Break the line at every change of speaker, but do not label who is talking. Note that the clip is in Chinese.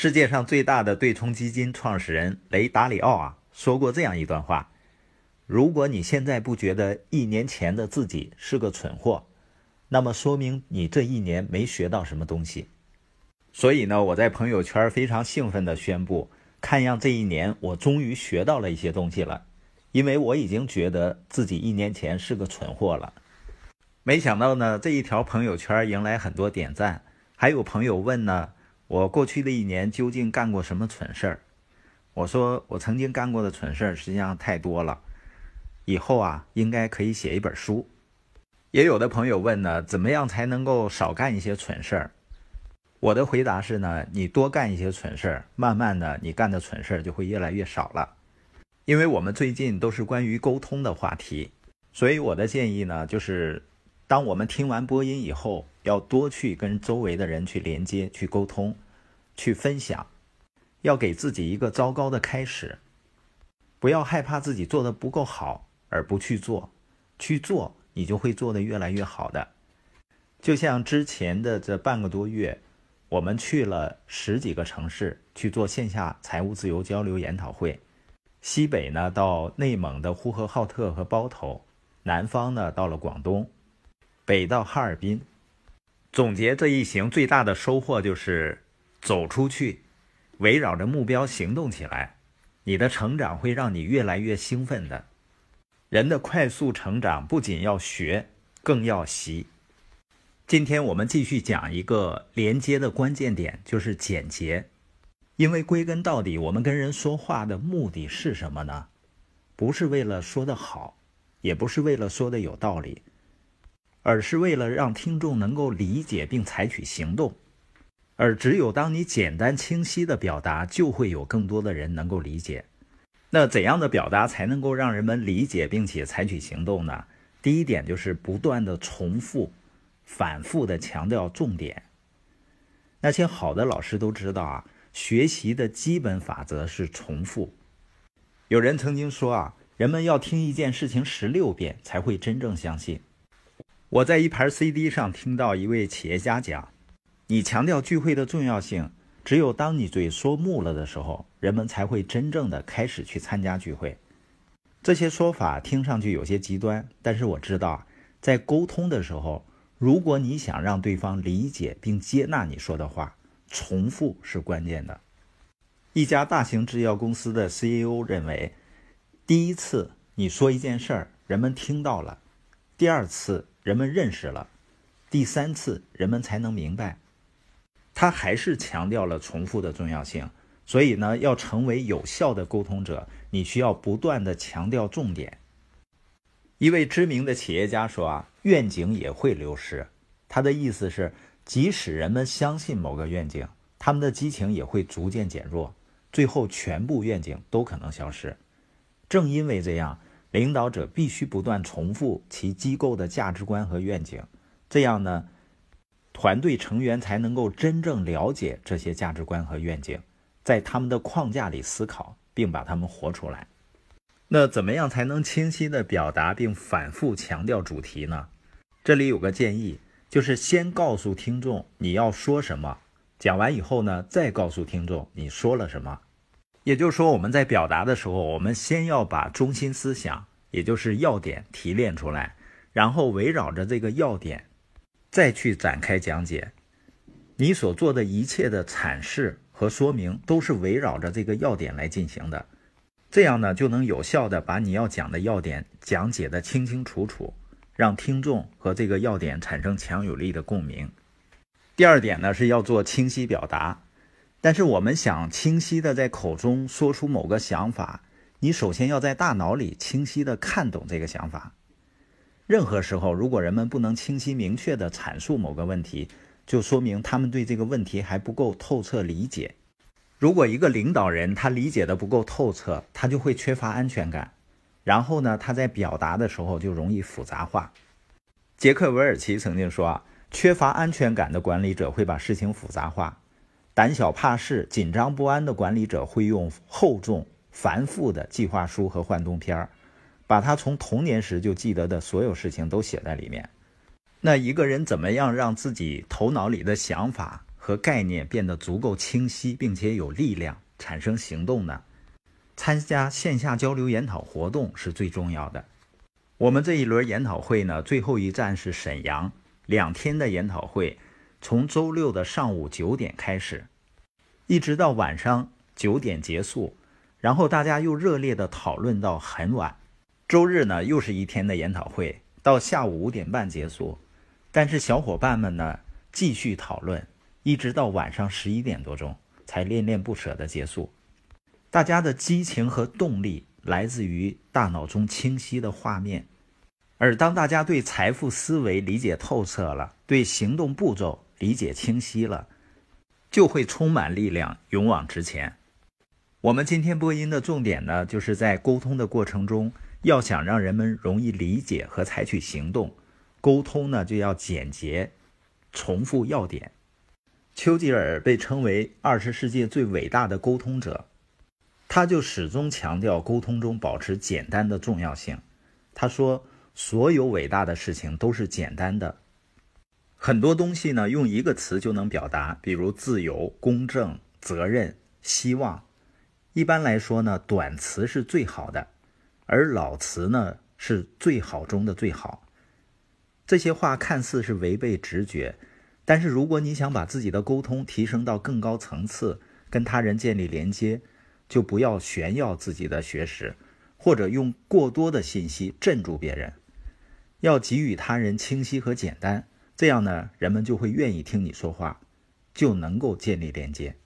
世界上最大的对冲基金创始人雷达里奥说过这样一段话：如果你现在不觉得1年前的自己是个蠢货，那么说明你这1年没学到什么东西。所以呢，我在朋友圈非常兴奋地宣布，看样这1年我终于学到了一些东西了，因为我已经觉得自己1年前是个蠢货了。没想到呢，这一条朋友圈迎来很多点赞，还有朋友问呢，我过去的1年究竟干过什么蠢事儿？我说我曾经干过的蠢事儿实际上太多了，以后应该可以写一本书。也有的朋友问呢，怎么样才能够少干一些蠢事儿？我的回答是呢，你多干一些蠢事儿，慢慢的你干的蠢事儿就会越来越少了。因为我们最近都是关于沟通的话题，所以我的建议呢，就是当我们听完播音以后，要多去跟周围的人去连接、去沟通、去分享，要给自己一个糟糕的开始，不要害怕自己做得不够好而不去做，去做你就会做得越来越好的。就像之前的这半个多月，我们去了10几个城市去做线下财务自由交流研讨会，西北呢到内蒙的呼和浩特和包头，南方呢到了广东，北到哈尔滨。总结这一行最大的收获就是走出去，围绕着目标行动起来，你的成长会让你越来越兴奋的。人的快速成长不仅要学，更要习。今天我们继续讲一个连接的关键点，就是简洁。因为归根到底，我们跟人说话的目的是什么呢？不是为了说得好，也不是为了说得有道理，而是为了让听众能够理解并采取行动。而只有当你简单清晰的表达，就会有更多的人能够理解。那怎样的表达才能够让人们理解并且采取行动呢？第一点就是不断的重复、反复的强调重点。那些好的老师都知道学习的基本法则是重复。有人曾经说人们要听一件事情16遍才会真正相信。我在一盘 CD 上听到一位企业家讲，你强调聚会的重要性，只有当你嘴说木了的时候，人们才会真正的开始去参加聚会。这些说法听上去有些极端，但是我知道在沟通的时候，如果你想让对方理解并接纳你说的话，重复是关键的。一家大型制药公司的 CEO 认为，第一次你说一件事儿，人们听到了；第2次人们认识了；第3次人们才能明白。他还是强调了重复的重要性。所以呢，要成为有效的沟通者，你需要不断的强调重点。一位知名的企业家说愿景也会流失。他的意思是，即使人们相信某个愿景，他们的激情也会逐渐减弱，最后全部愿景都可能消失。正因为这样，领导者必须不断重复其机构的价值观和愿景，这样呢，团队成员才能够真正了解这些价值观和愿景，在他们的框架里思考，并把它们活出来。那怎么样才能清晰地表达并反复强调主题呢？这里有个建议，就是先告诉听众你要说什么，讲完以后呢，再告诉听众你说了什么。也就是说，我们在表达的时候，我们先要把中心思想，也就是要点提炼出来，然后围绕着这个要点再去展开讲解。你所做的一切的阐释和说明都是围绕着这个要点来进行的，这样呢，就能有效的把你要讲的要点讲解的清清楚楚，让听众和这个要点产生强有力的共鸣。第2点呢，是要做清晰表达。但是我们想清晰的在口中说出某个想法，你首先要在大脑里清晰的看懂这个想法。任何时候，如果人们不能清晰明确的阐述某个问题，就说明他们对这个问题还不够透彻理解。如果一个领导人他理解的不够透彻，他就会缺乏安全感，然后呢，他在表达的时候就容易复杂化。杰克韦尔奇曾经说缺乏安全感的管理者会把事情复杂化，胆小怕事、紧张不安的管理者会用厚重繁复的计划书和幻灯片，把他从童年时就记得的所有事情都写在里面。那一个人怎么样让自己头脑里的想法和概念变得足够清晰，并且有力量，产生行动呢？参加线下交流研讨活动是最重要的。我们这一轮研讨会呢，最后一站是沈阳，2天的研讨会，从周六的上午9点开始，一直到晚上9点结束，然后大家又热烈的讨论到很晚。周日呢，又是1天的研讨会，到下午5点半结束。但是小伙伴们呢，继续讨论，一直到晚上11点多钟才恋恋不舍的结束。大家的激情和动力来自于大脑中清晰的画面，而当大家对财富思维理解透彻了，对行动步骤理解清晰了，就会充满力量，勇往直前。我们今天播音的重点呢，就是在沟通的过程中，要想让人们容易理解和采取行动，沟通呢就要简洁，重复要点。丘吉尔被称为20世纪最伟大的沟通者，他就始终强调沟通中保持简单的重要性。他说，所有伟大的事情都是简单的。很多东西呢，用一个词就能表达，比如自由、公正、责任、希望。一般来说呢，短词是最好的，而老词呢，是最好中的最好。这些话看似是违背直觉，但是如果你想把自己的沟通提升到更高层次，跟他人建立连接，就不要炫耀自己的学识，或者用过多的信息镇住别人，要给予他人清晰和简单，这样呢，人们就会愿意听你说话，就能够建立连接。